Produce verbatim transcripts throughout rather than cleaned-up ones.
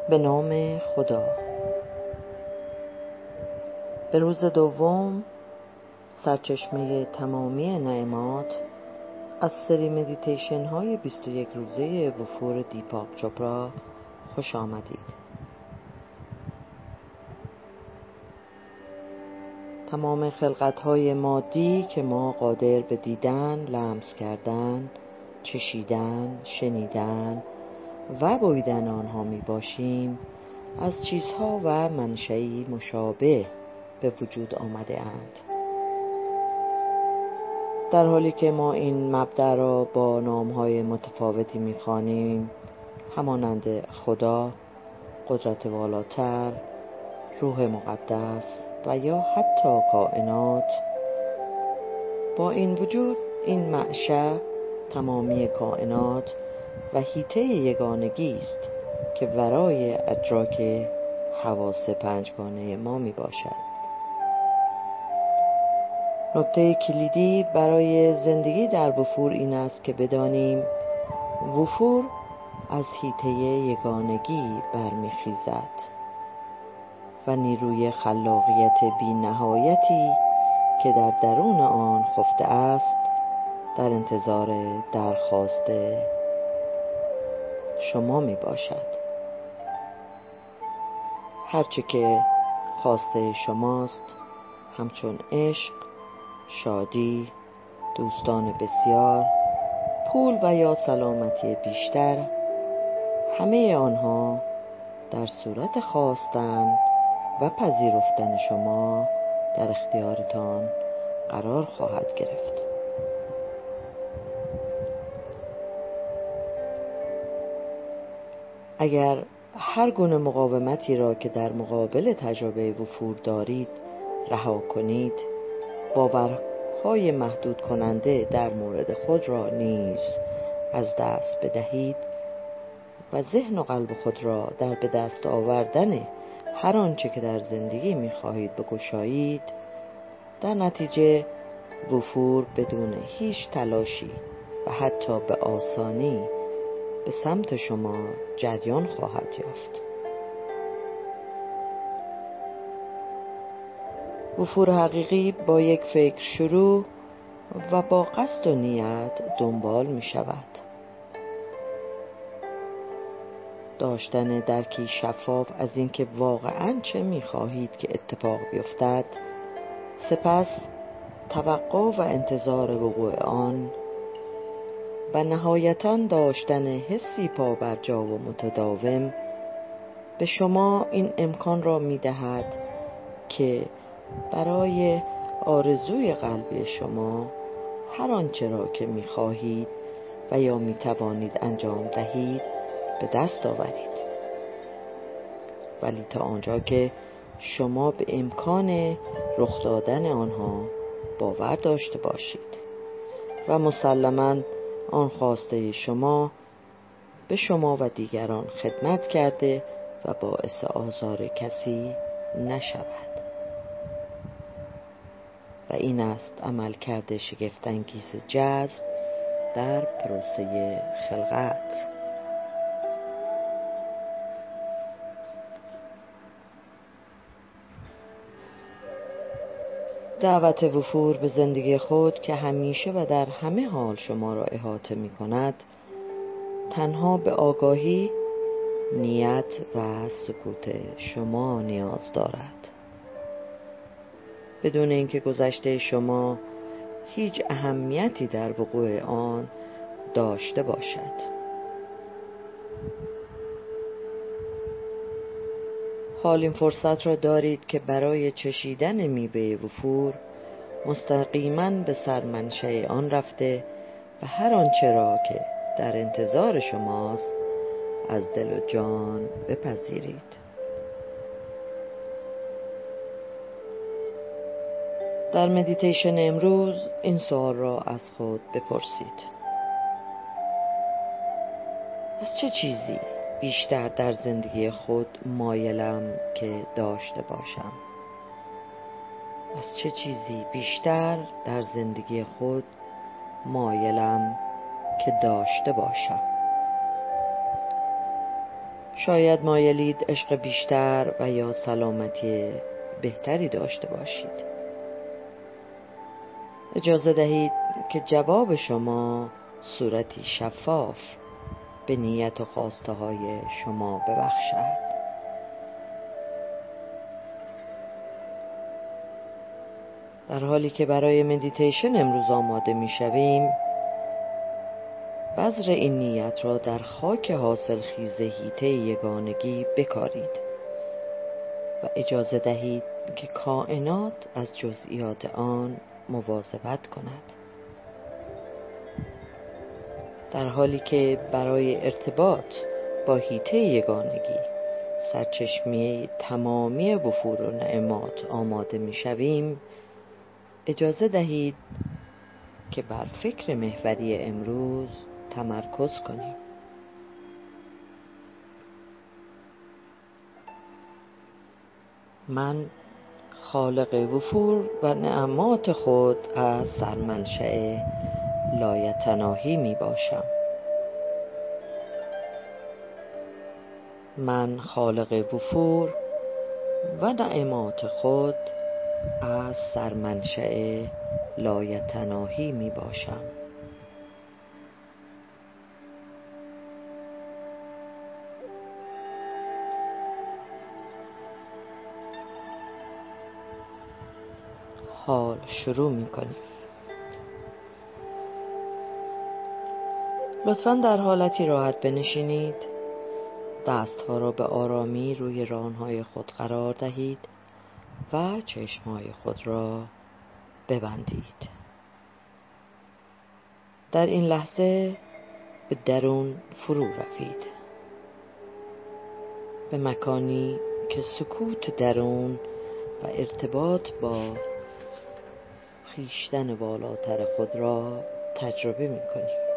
به نام خدا. به روز دوم، سرچشمه تمامی نعمات، از سری مدیتیشن های بیست و یک روزه وفور دیپاک چوپرا خوش آمدید. تمام خلقت های مادی که ما قادر به دیدن، لمس کردن، چشیدن، شنیدن و بویدن آنها می باشیم، از چیزها و منشئی مشابه به وجود آمده اند. در حالی که ما این مبدأ را با نامهای متفاوتی می خوانیم، همانند خدا، قدرت والاتر، روح مقدس و یا حتی کائنات، با این وجود این معشأ تمامی کائنات و حیطه یگانگی است که ورای ادراک حواس پنجگانه ما می باشد. نکته کلیدی برای زندگی در وفور این است که بدانیم وفور از حیطه یگانگی برمیخیزد و نیروی خلاقیت بی نهایتی که در درون آن خفته است در انتظار درخواست شما می باشد. هرچه که خواسته شماست، همچون عشق، شادی، دوستان بسیار، پول و یا سلامتی بیشتر، همه آنها در صورت خواستن و پذیرفتن شما در اختیارتان قرار خواهد گرفت. اگر هر گونه مقاومتی را که در مقابل تجربه وفور دارید رها کنید، باورهای محدود کننده در مورد خود را نیز از دست بدهید و ذهن و قلب خود را در به دست آوردن هر آنچه که در زندگی می‌خواهید بگشایید، در نتیجه وفور بدون هیچ تلاشی و حتی به آسانی به سمت شما جریان خواهد یافت. وفور حقیقی با یک فکر شروع و با قصد و نیت دنبال می شود. داشتن درکی شفاف از اینکه واقعاً چه می خواهید که اتفاق بیفتد، سپس توقع و انتظار وقوع آن و نهایتاً داشتن حسی پابرجا و متداوم به شما این امکان را می دهد که برای آرزوی قلبی شما هر آنچه را که می خواهید و یا می توانید انجام دهید به دست آورید، ولی تا آنجا که شما به امکان رخ دادن آنها باور داشته باشید و مسلماً آن خواسته شما به شما و دیگران خدمت کرده و باعث آزار کسی نشود. و این است عملکرد شگفت‌انگیز جذب در پروسه خلقت. دعوت وفور به زندگی خود که همیشه و در همه حال شما را احاطه می کند، تنها به آگاهی، نیت و سکوت شما نیاز دارد. بدون اینکه گذشته شما هیچ اهمیتی در وقوع آن داشته باشد. حال این فرصت را دارید که برای چشیدن میوه وفور مستقیما به سرمنشأ آن رفته و هر آنچه را که در انتظار شماست از دل و جان بپذیرید. در مدیتیشن امروز این سوال را از خود بپرسید: از چه چیزی بیشتر در زندگی خود مایلم که داشته باشم؟ از چه چیزی بیشتر در زندگی خود مایلم که داشته باشم؟ شاید مایلید عشق بیشتر و یا سلامتی بهتری داشته باشید. اجازه دهید که جواب شما صورتی شفاف به نیت و خواسته های شما ببخشد. در حالی که برای مدیتیشن امروز آماده می شویم، بذر این نیت را در خاک حاصل خیز هیته یگانگی بکارید و اجازه دهید که کائنات از جزئیات آن مواظبت کند. در حالی که برای ارتباط با هیته یگانگی، سرچشمه تمامی وفور و نعمات آماده می شویم، اجازه دهید که بر فکر محوری امروز تمرکز کنیم. من خالق وفور و نعمات خود از سرمنشأ لایتناهی می باشم. من خالق وفور و نعمات خود از سرمنشأ لایتناهی می باشم. حال شروع می کنیم. لطفاً در حالتی راحت بنشینید. دستها را به آرامی روی رانهای خود قرار دهید و چشمهای خود را ببندید. در این لحظه به درون فرو روید، به مکانی که سکوت درون و ارتباط با خویشتن بالاتر خود را تجربه می کنید.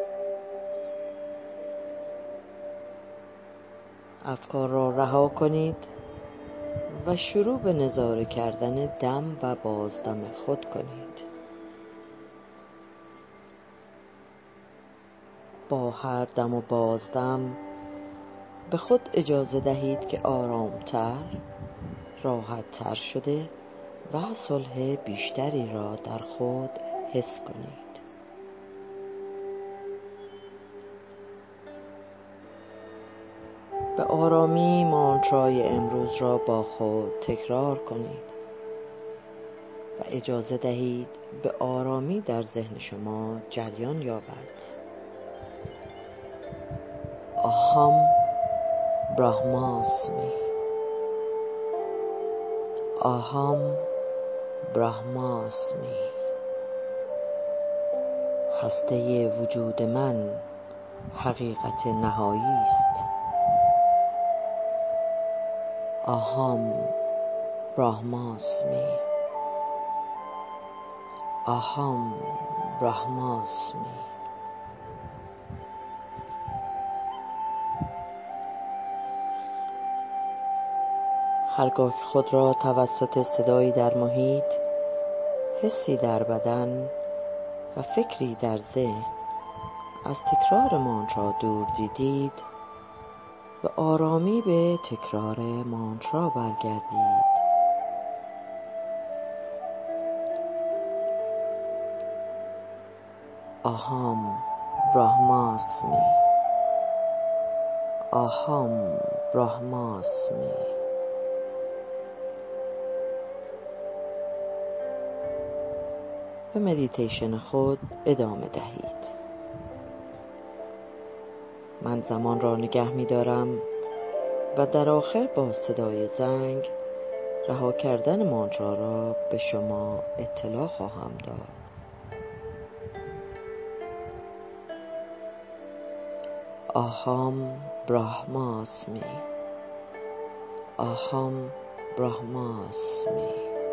افکار را رها کنید و شروع به نظاره کردن دم و بازدم خود کنید. با هر دم و بازدم به خود اجازه دهید که آرامتر، راحتتر شده و صلح بیشتری را در خود حس کنید. به آرامی مانترای امروز را با خود تکرار کنید و اجازه دهید به آرامی در ذهن شما جریان یابد. آهام براهماسمی، آهام براهماسمی. هسته وجود من حقیقت نهایی است. آهام براهماسمی، آهام براهماسمی. هرگاه که خود را توسط صدایی در محیط، حسی در بدن و فکری در ذهن از تکرار مانترا دور دیدید، و آرامی به تکرار مانترا برگردید. آهام براهماسمی، آهام براهماسمی. به مدیتیشن خود ادامه دهید. من زمان را نگه می دارم و در آخر با صدای زنگ رها کردن مانترا را به شما اطلاع خواهم داد. آهام براهماسمی، آهام براهماسمی،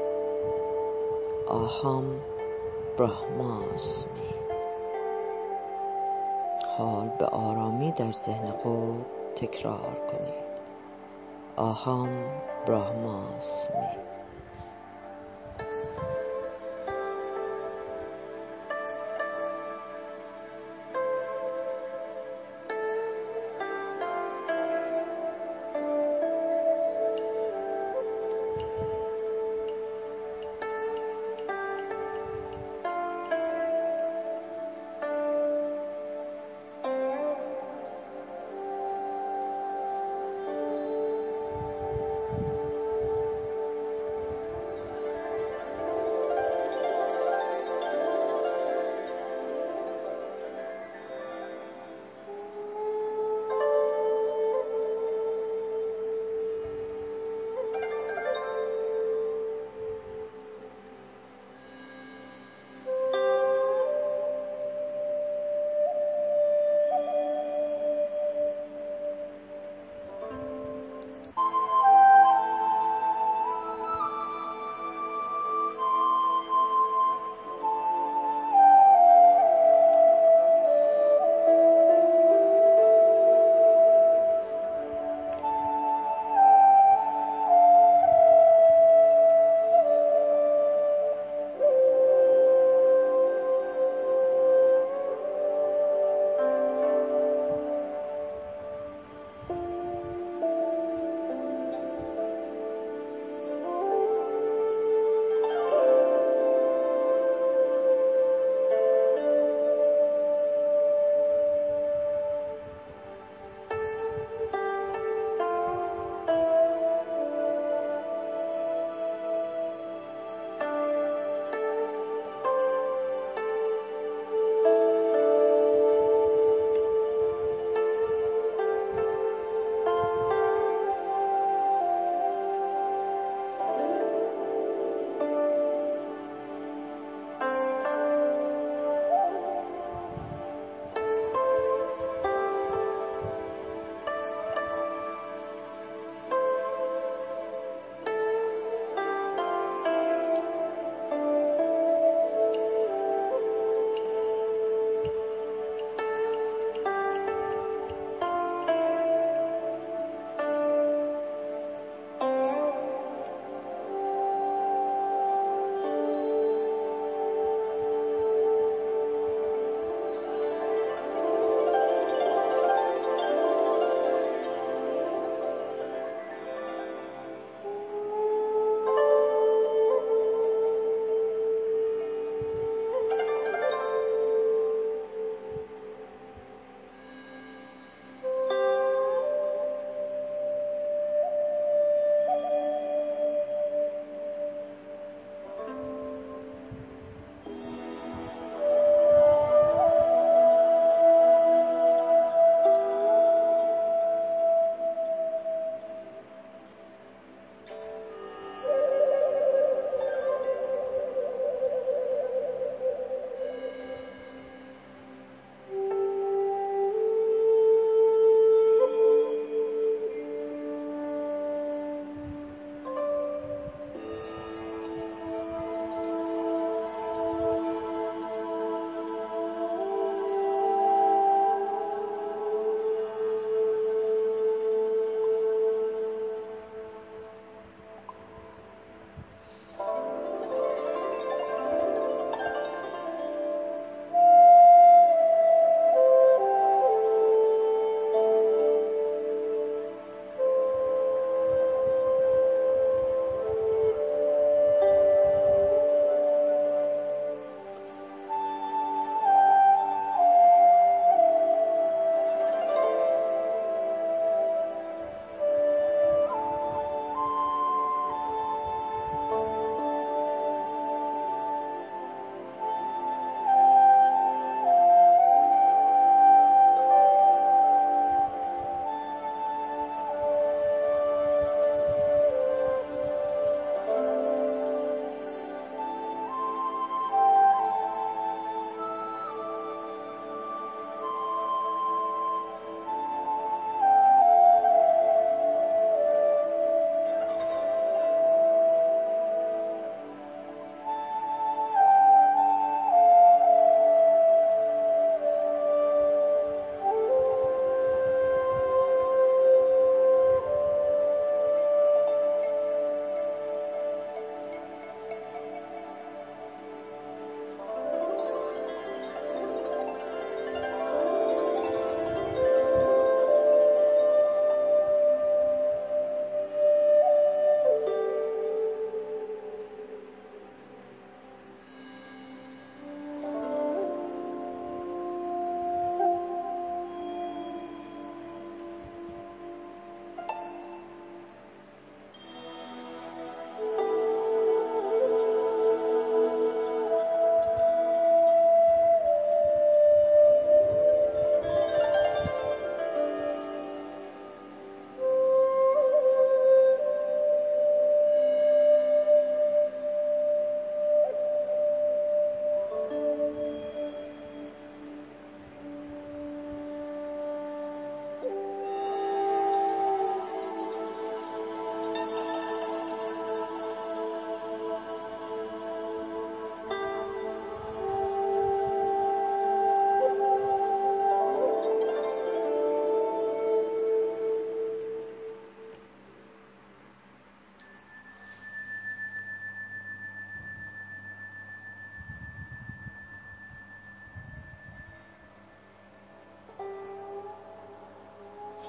آهام براهماسمی. حال به آرامی در ذهن خود تکرار کنید. آهام براهماسمی.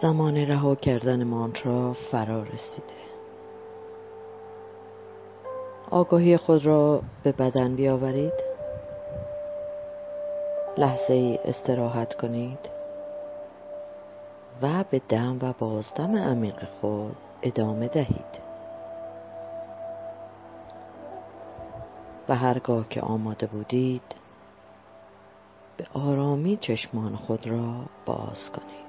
زمان رها کردن مانترا فرا رسیده. آگاهی خود را به بدن بیاورید. لحظه ای استراحت کنید و به دم و بازدم عمیق خود ادامه دهید. و هرگاه که آماده بودید به آرامی چشمان خود را باز کنید.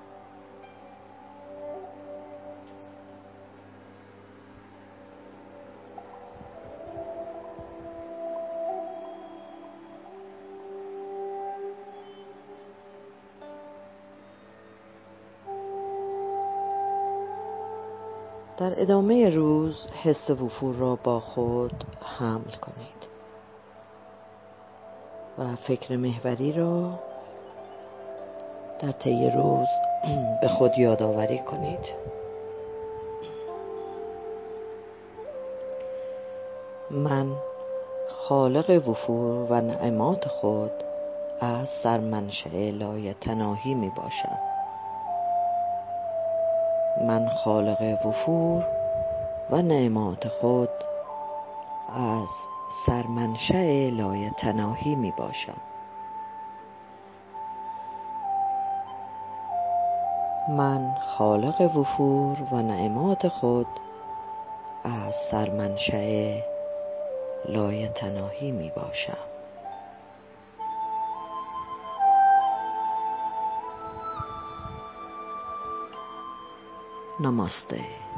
در ادامه روز حس وفور را با خود حمل کنید و فکر محوری را در طی روز به خود یادآوری کنید. من خالق وفور و نعمات خود از سرمنشأ لایتناهی می باشم. من خالق وفور و نعمات خود از سرمنشأ لایتناهی می باشم. من خالق وفور و نعمات خود از سرمنشأ لایتناهی می باشم. نماسته.